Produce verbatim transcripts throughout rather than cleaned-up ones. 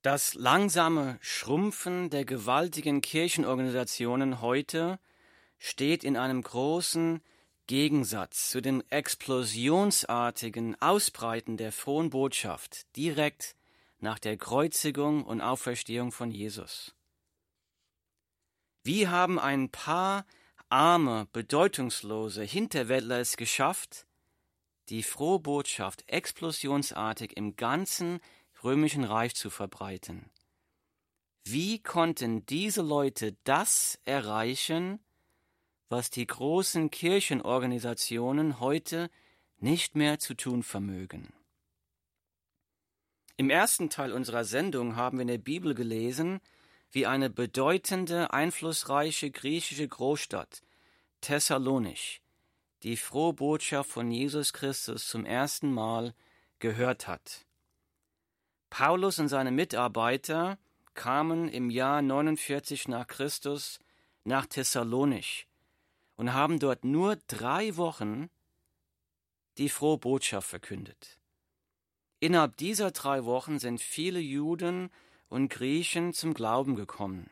Das langsame Schrumpfen der gewaltigen Kirchenorganisationen heute steht in einem großen Gegensatz zu dem explosionsartigen Ausbreiten der frohen Botschaft direkt nach der Kreuzigung und Auferstehung von Jesus. Wie haben ein paar arme, bedeutungslose Hinterwäldler es geschafft, die frohe Botschaft explosionsartig im ganzen Römischen Reich zu verbreiten? Wie konnten diese Leute das erreichen, was die großen Kirchenorganisationen heute nicht mehr zu tun vermögen? Im ersten Teil unserer Sendung haben wir in der Bibel gelesen, wie eine bedeutende, einflussreiche griechische Großstadt, Thessalonich, die frohe Botschaft von Jesus Christus zum ersten Mal gehört hat. Paulus und seine Mitarbeiter kamen im Jahr neunundvierzig nach Christus nach Thessalonich und haben dort nur drei Wochen die frohe Botschaft verkündet. Innerhalb dieser drei Wochen sind viele Juden und Griechen zum Glauben gekommen.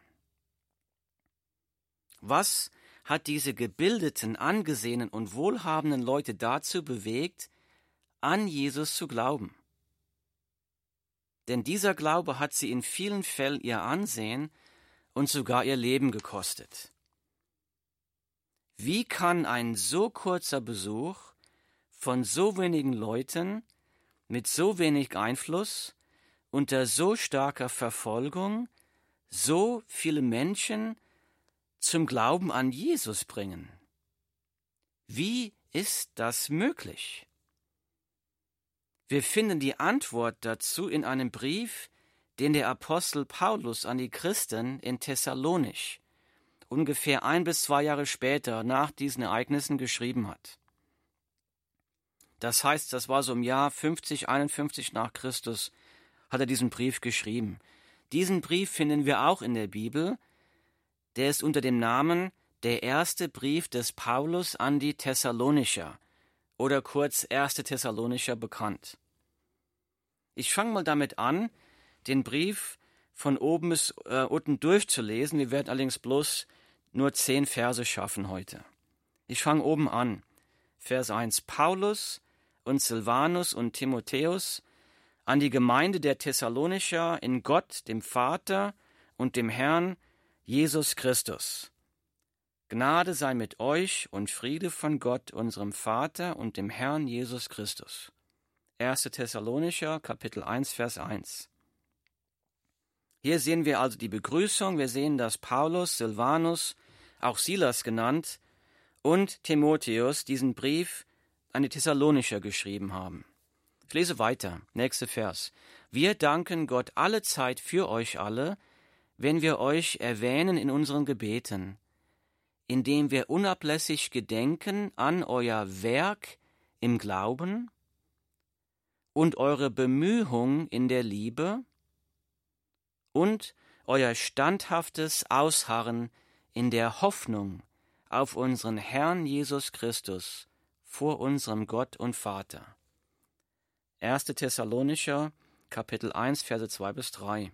Was hat diese gebildeten, angesehenen und wohlhabenden Leute dazu bewegt, an Jesus zu glauben? Denn dieser Glaube hat sie in vielen Fällen ihr Ansehen und sogar ihr Leben gekostet. Wie kann ein so kurzer Besuch von so wenigen Leuten mit so wenig Einfluss unter so starker Verfolgung so viele Menschen zum Glauben an Jesus bringen? Wie ist das möglich? Wir finden die Antwort dazu in einem Brief, den der Apostel Paulus an die Christen in Thessalonich ungefähr ein bis zwei Jahre später nach diesen Ereignissen geschrieben hat. Das heißt, das war so im Jahr fünfzig, einundfünfzig nach Christus, hat er diesen Brief geschrieben. Diesen Brief finden wir auch in der Bibel. Der ist unter dem Namen der erste Brief des Paulus an die Thessalonicher oder kurz erste Thessalonicher bekannt. Ich fange mal damit an, den Brief von oben bis äh, unten durchzulesen. Wir werden allerdings bloß nur zehn Verse schaffen heute. Ich fange oben an. Vers eins. Paulus und Silvanus und Timotheus an die Gemeinde der Thessalonicher in Gott, dem Vater und dem Herrn Jesus Christus. Gnade sei mit euch und Friede von Gott, unserem Vater und dem Herrn Jesus Christus. erste Thessalonicher, Kapitel eins, Vers eins. Hier sehen wir also die Begrüßung. Wir sehen, dass Paulus, Silvanus, auch Silas genannt, und Timotheus diesen Brief an die Thessalonicher geschrieben haben. Ich lese weiter. Nächster Vers. Wir danken Gott allezeit für euch alle, wenn wir euch erwähnen in unseren Gebeten, indem wir unablässig gedenken an euer Werk im Glauben und eure Bemühung in der Liebe und euer standhaftes Ausharren in der Hoffnung auf unseren Herrn Jesus Christus vor unserem Gott und Vater. erste Thessalonicher, Kapitel eins, Verse zwei bis drei.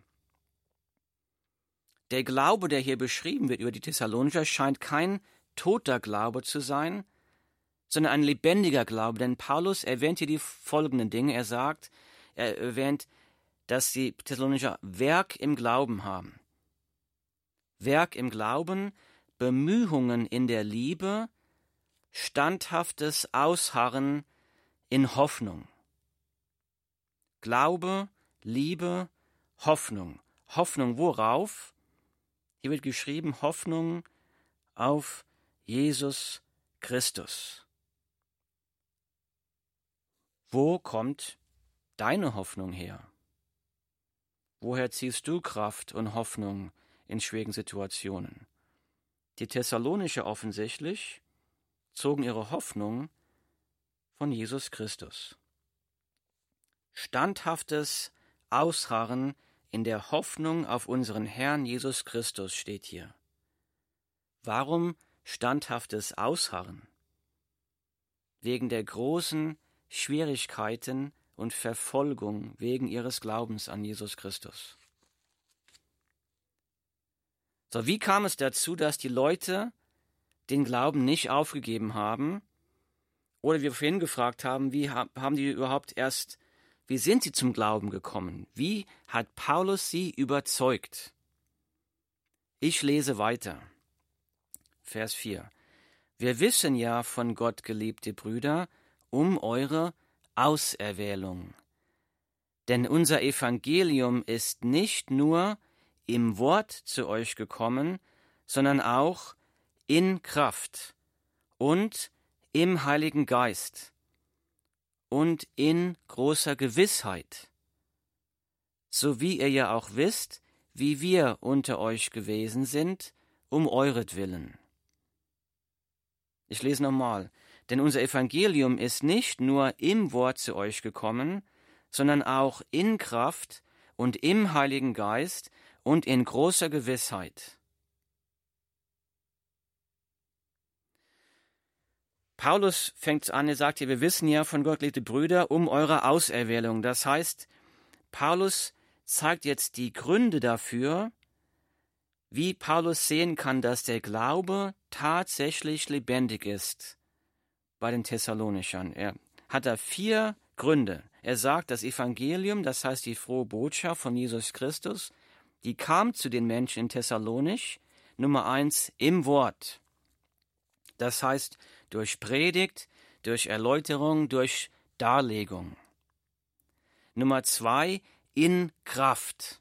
Der Glaube, der hier beschrieben wird über die Thessalonicher, scheint kein toter Glaube zu sein, sondern ein lebendiger Glaube. Denn Paulus erwähnt hier die folgenden Dinge. Er sagt, er erwähnt, dass die Thessalonicher Werk im Glauben haben. Werk im Glauben, Bemühungen in der Liebe, standhaftes Ausharren in Hoffnung. Glaube, Liebe, Hoffnung. Hoffnung worauf? Hier wird geschrieben, Hoffnung auf Jesus Christus. Wo kommt deine Hoffnung her? Woher ziehst du Kraft und Hoffnung in schwierigen Situationen? Die Thessalonicher offensichtlich zogen ihre Hoffnung von Jesus Christus. Standhaftes Ausharren in der Hoffnung auf unseren Herrn Jesus Christus steht hier. Warum standhaftes Ausharren? Wegen der großen Schwierigkeiten und Verfolgung wegen ihres Glaubens an Jesus Christus. So, wie kam es dazu, dass die Leute den Glauben nicht aufgegeben haben? Oder wir vorhin gefragt haben, wie haben die überhaupt erst, wie sind sie zum Glauben gekommen? Wie hat Paulus sie überzeugt? Ich lese weiter. Vers vier. Wir wissen ja von Gott, geliebte Brüder, um eure Auserwählung. Denn unser Evangelium ist nicht nur im Wort zu euch gekommen, sondern auch in Kraft und im Heiligen Geist und in großer Gewissheit, so wie ihr ja auch wisst, wie wir unter euch gewesen sind, um euretwillen. Ich lese nochmal. Denn unser Evangelium ist nicht nur im Wort zu euch gekommen, sondern auch in Kraft und im Heiligen Geist und in großer Gewissheit. Paulus fängt an, er sagt hier, wir wissen ja von Gott, geliebte Brüder, um eure Auserwählung. Das heißt, Paulus zeigt jetzt die Gründe dafür, wie Paulus sehen kann, dass der Glaube tatsächlich lebendig ist bei den Thessalonichern. Er hat da vier Gründe. Er sagt, das Evangelium, das heißt die frohe Botschaft von Jesus Christus, die kam zu den Menschen in Thessalonich, Nummer eins, im Wort. Das heißt, durch Predigt, durch Erläuterung, durch Darlegung. Nummer zwei, in Kraft.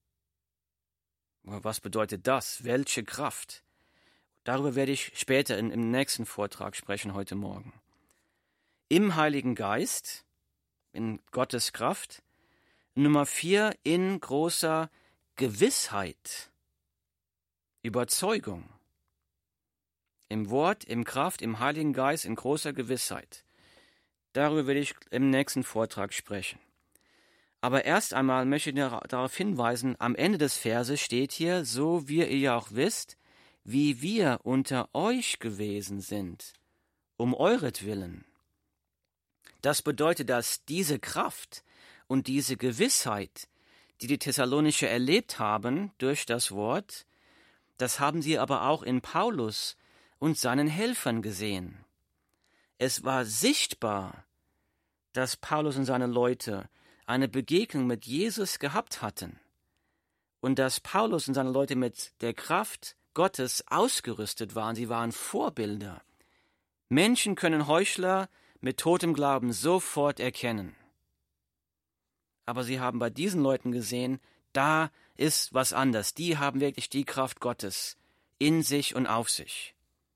Was bedeutet das? Welche Kraft? Darüber werde ich später in, im nächsten Vortrag sprechen, heute Morgen. Im Heiligen Geist, in Gottes Kraft. Nummer vier, in großer Gewissheit, Überzeugung. Im Wort, im Kraft, im Heiligen Geist, in großer Gewissheit. Darüber werde ich im nächsten Vortrag sprechen. Aber erst einmal möchte ich darauf hinweisen, am Ende des Verses steht hier, so wie ihr ja auch wisst, wie wir unter euch gewesen sind, um euretwillen. Das bedeutet, dass diese Kraft und diese Gewissheit, die die Thessalonicher erlebt haben durch das Wort, das haben sie aber auch in Paulus und seinen Helfern gesehen. Es war sichtbar, dass Paulus und seine Leute eine Begegnung mit Jesus gehabt hatten und dass Paulus und seine Leute mit der Kraft Gottes ausgerüstet waren. Sie waren Vorbilder. Menschen können Heuchler mit totem Glauben sofort erkennen. Aber sie haben bei diesen Leuten gesehen, da ist was anders. Die haben wirklich die Kraft Gottes in sich und auf sich.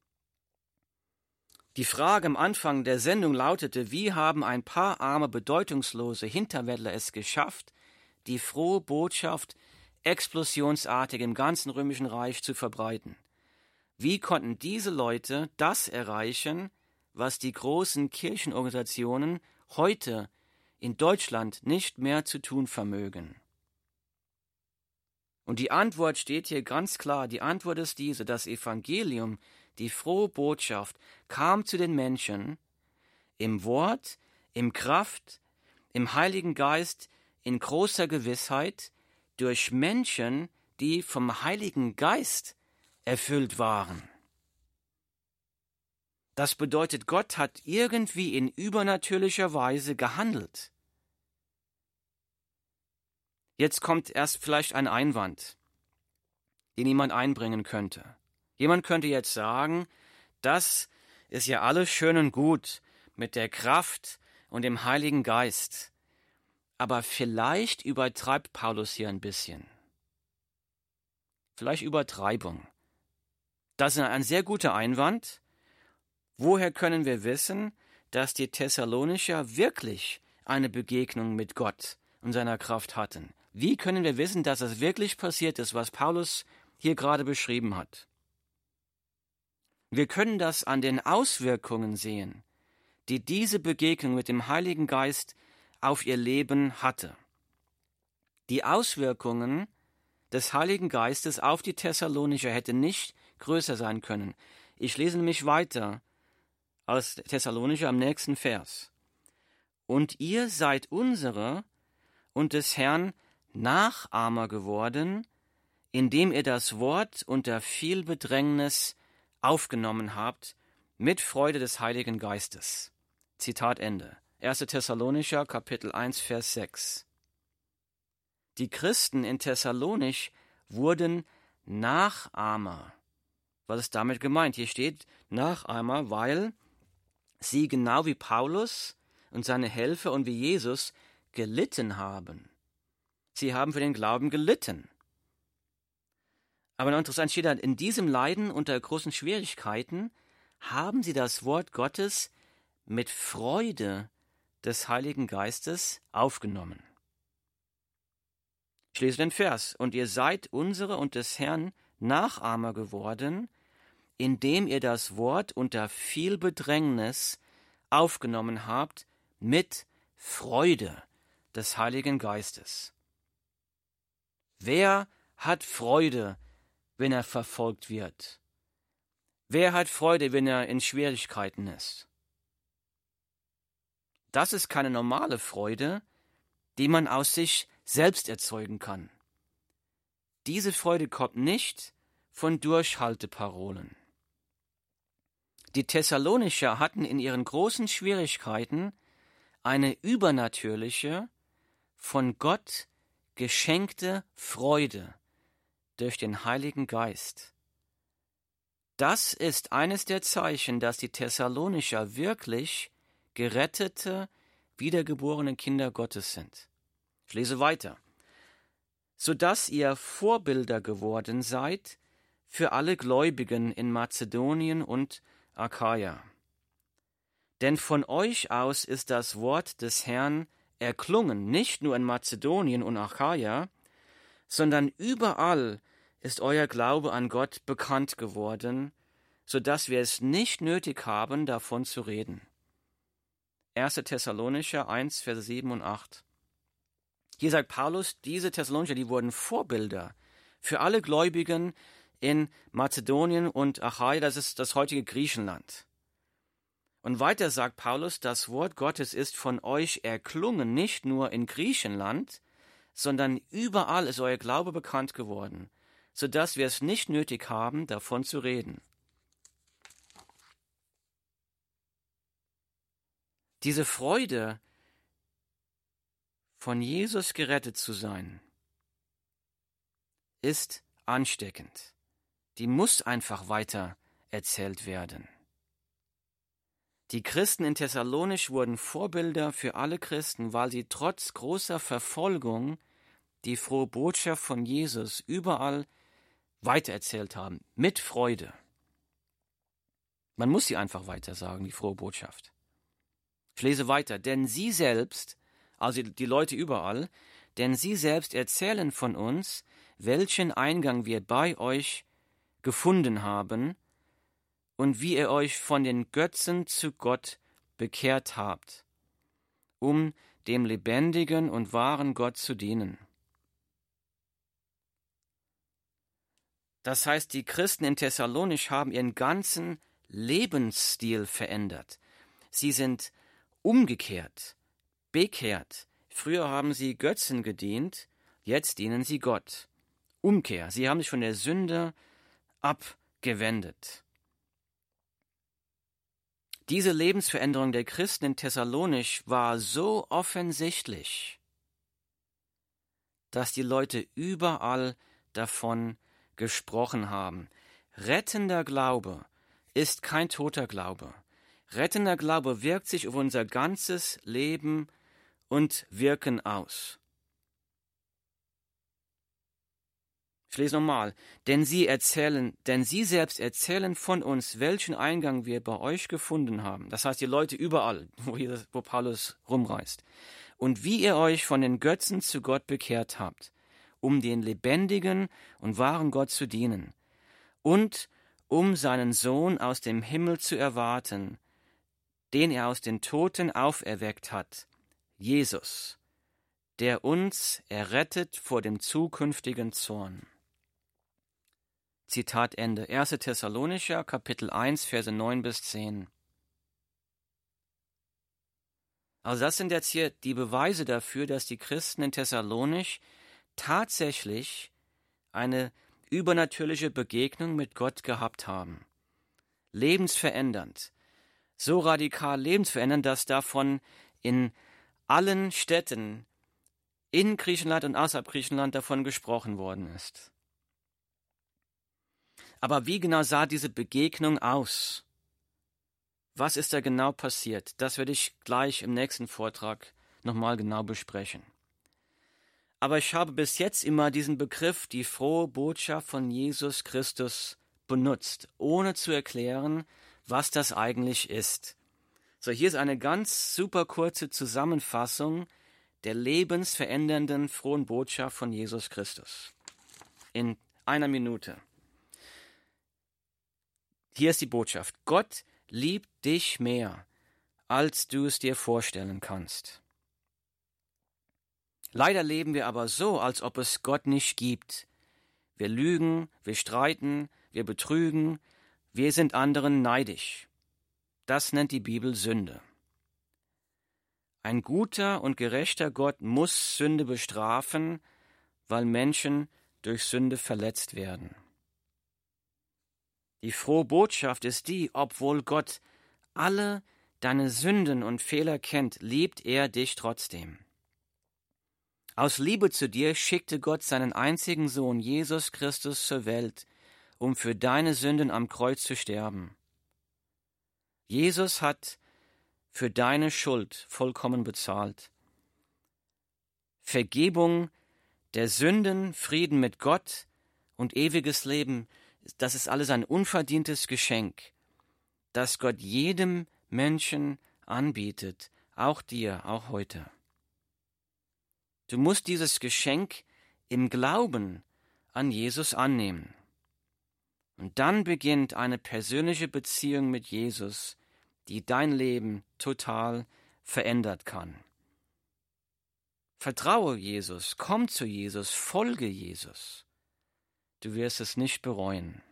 Die Frage am Anfang der Sendung lautete, wie haben ein paar arme, bedeutungslose Hinterwäldler es geschafft, die frohe Botschaft explosionsartig im ganzen Römischen Reich zu verbreiten? Wie konnten diese Leute das erreichen, was die großen Kirchenorganisationen heute in Deutschland nicht mehr zu tun vermögen? Und die Antwort steht hier ganz klar. Die Antwort ist diese: Das Evangelium, die frohe Botschaft, kam zu den Menschen im Wort, im Kraft, im Heiligen Geist, in großer Gewissheit, durch Menschen, die vom Heiligen Geist erfüllt waren. Das bedeutet, Gott hat irgendwie in übernatürlicher Weise gehandelt. Jetzt kommt erst vielleicht ein Einwand, den jemand einbringen könnte. Jemand könnte jetzt sagen, das ist ja alles schön und gut mit der Kraft und dem Heiligen Geist. Aber vielleicht übertreibt Paulus hier ein bisschen. Vielleicht Übertreibung. Das ist ein sehr guter Einwand. Woher können wir wissen, dass die Thessalonicher wirklich eine Begegnung mit Gott und seiner Kraft hatten? Wie können wir wissen, dass es wirklich passiert ist, was Paulus hier gerade beschrieben hat? Wir können das an den Auswirkungen sehen, die diese Begegnung mit dem Heiligen Geist auf ihr Leben hatte. Die Auswirkungen des Heiligen Geistes auf die Thessalonicher hätten nicht größer sein können. Ich lese nämlich weiter aus Thessalonicher am nächsten Vers. Und ihr seid unsere und des Herrn Nachahmer geworden indem ihr das Wort unter viel Bedrängnis aufgenommen habt, mit Freude des Heiligen Geistes. Zitat Ende. erster Thessalonicher, Kapitel eins, Vers sechs. Die Christen in Thessalonich wurden Nachahmer. Was ist damit gemeint? Hier steht Nachahmer, weil sie genau wie Paulus und seine Helfer und wie Jesus gelitten haben. Sie haben für den Glauben gelitten. Aber noch interessant steht da, in diesem Leiden unter großen Schwierigkeiten haben sie das Wort Gottes mit Freude des Heiligen Geistes aufgenommen. Ich lese den Vers. Und ihr seid unsere und des Herrn Nachahmer geworden, indem ihr das Wort unter viel Bedrängnis aufgenommen habt mit Freude des Heiligen Geistes. Wer hat Freude, wenn er verfolgt wird? Wer hat Freude, wenn er in Schwierigkeiten ist? Das ist keine normale Freude, die man aus sich selbst erzeugen kann. Diese Freude kommt nicht von Durchhalteparolen. Die Thessalonicher hatten in ihren großen Schwierigkeiten eine übernatürliche, von Gott geschenkte Freude durch den Heiligen Geist. Das ist eines der Zeichen, dass die Thessalonicher wirklich gerettete, wiedergeborene Kinder Gottes sind. Ich lese weiter. Sodass ihr Vorbilder geworden seid für alle Gläubigen in Mazedonien und Achaia. Denn von euch aus ist das Wort des Herrn erklungen, nicht nur in Mazedonien und Achaia, sondern überall ist euer Glaube an Gott bekannt geworden, sodass wir es nicht nötig haben, davon zu reden. erster Thessalonicher eins, Verse sieben und acht. Hier sagt Paulus, diese Thessalonicher, die wurden Vorbilder für alle Gläubigen in Mazedonien und Achaia, das ist das heutige Griechenland. Und weiter sagt Paulus, das Wort Gottes ist von euch erklungen, nicht nur in Griechenland, sondern überall ist euer Glaube bekannt geworden, sodass wir es nicht nötig haben, davon zu reden. Diese Freude, von Jesus gerettet zu sein, ist ansteckend. Die muss einfach weiter erzählt werden. Die Christen in Thessalonich wurden Vorbilder für alle Christen, weil sie trotz großer Verfolgung die frohe Botschaft von Jesus überall weitererzählt haben, mit Freude. Man muss sie einfach weiter sagen, die frohe Botschaft. Ich lese weiter, denn sie selbst, also die Leute überall, denn sie selbst erzählen von uns, welchen Eingang wir bei euch gefunden haben und wie ihr euch von den Götzen zu Gott bekehrt habt, um dem lebendigen und wahren Gott zu dienen. Das heißt, die Christen in Thessalonich haben ihren ganzen Lebensstil verändert. Sie sind umgekehrt, bekehrt. Früher haben sie Götzen gedient, jetzt dienen sie Gott. Umkehr, sie haben sich von der Sünde abgewendet. Diese Lebensveränderung der Christen in Thessalonich war so offensichtlich, dass die Leute überall davon gesprochen haben. Rettender Glaube ist kein toter Glaube. Rettender Glaube wirkt sich auf unser ganzes Leben und Wirken aus. Ich lese nochmal. Denn sie erzählen, denn sie selbst erzählen von uns, welchen Eingang wir bei euch gefunden haben. Das heißt, die Leute überall, wo, Jesus, wo Paulus rumreist. Und wie ihr euch von den Götzen zu Gott bekehrt habt, um den lebendigen und wahren Gott zu dienen. Und um seinen Sohn aus dem Himmel zu erwarten, den er aus den Toten auferweckt hat, Jesus, der uns errettet vor dem zukünftigen Zorn. Zitat Ende. erster Thessalonicher, Kapitel eins, Verse neun bis zehn. Also das sind jetzt hier die Beweise dafür, dass die Christen in Thessalonich tatsächlich eine übernatürliche Begegnung mit Gott gehabt haben. Lebensverändernd, so radikal lebensverändernd, dass davon in allen Städten in Griechenland und außerhalb Griechenland davon gesprochen worden ist. Aber wie genau sah diese Begegnung aus? Was ist da genau passiert? Das werde ich gleich im nächsten Vortrag nochmal genau besprechen. Aber ich habe bis jetzt immer diesen Begriff, die frohe Botschaft von Jesus Christus, benutzt, ohne zu erklären, was das eigentlich ist. So, hier ist eine ganz super kurze Zusammenfassung der lebensverändernden frohen Botschaft von Jesus Christus. In einer Minute. Hier ist die Botschaft. Gott liebt dich mehr, als du es dir vorstellen kannst. Leider leben wir aber so, als ob es Gott nicht gibt. Wir lügen, wir streiten, wir betrügen, wir sind anderen neidisch. Das nennt die Bibel Sünde. Ein guter und gerechter Gott muss Sünde bestrafen, weil Menschen durch Sünde verletzt werden. Die frohe Botschaft ist die, obwohl Gott alle deine Sünden und Fehler kennt, liebt er dich trotzdem. Aus Liebe zu dir schickte Gott seinen einzigen Sohn, Jesus Christus, zur Welt, um für deine Sünden am Kreuz zu sterben. Jesus hat für deine Schuld vollkommen bezahlt. Vergebung der Sünden, Frieden mit Gott und ewiges Leben, das ist alles ein unverdientes Geschenk, das Gott jedem Menschen anbietet, auch dir, auch heute. Du musst dieses Geschenk im Glauben an Jesus annehmen. Und dann beginnt eine persönliche Beziehung mit Jesus, die dein Leben total verändert kann. Vertraue Jesus, komm zu Jesus, folge Jesus. Du wirst es nicht bereuen.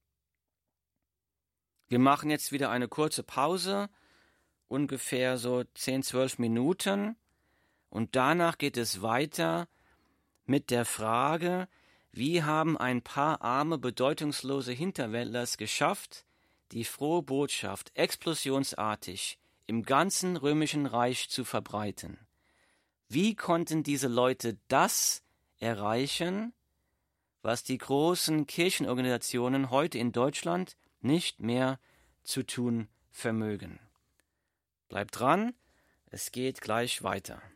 Wir machen jetzt wieder eine kurze Pause, ungefähr so zehn, zwölf Minuten. Und danach geht es weiter mit der Frage, wie haben ein paar arme, bedeutungslose Hinterwäldler es geschafft, die frohe Botschaft explosionsartig im ganzen römischen Reich zu verbreiten? Wie konnten diese Leute das erreichen, was die großen Kirchenorganisationen heute in Deutschland nicht mehr zu tun vermögen? Bleibt dran, es geht gleich weiter.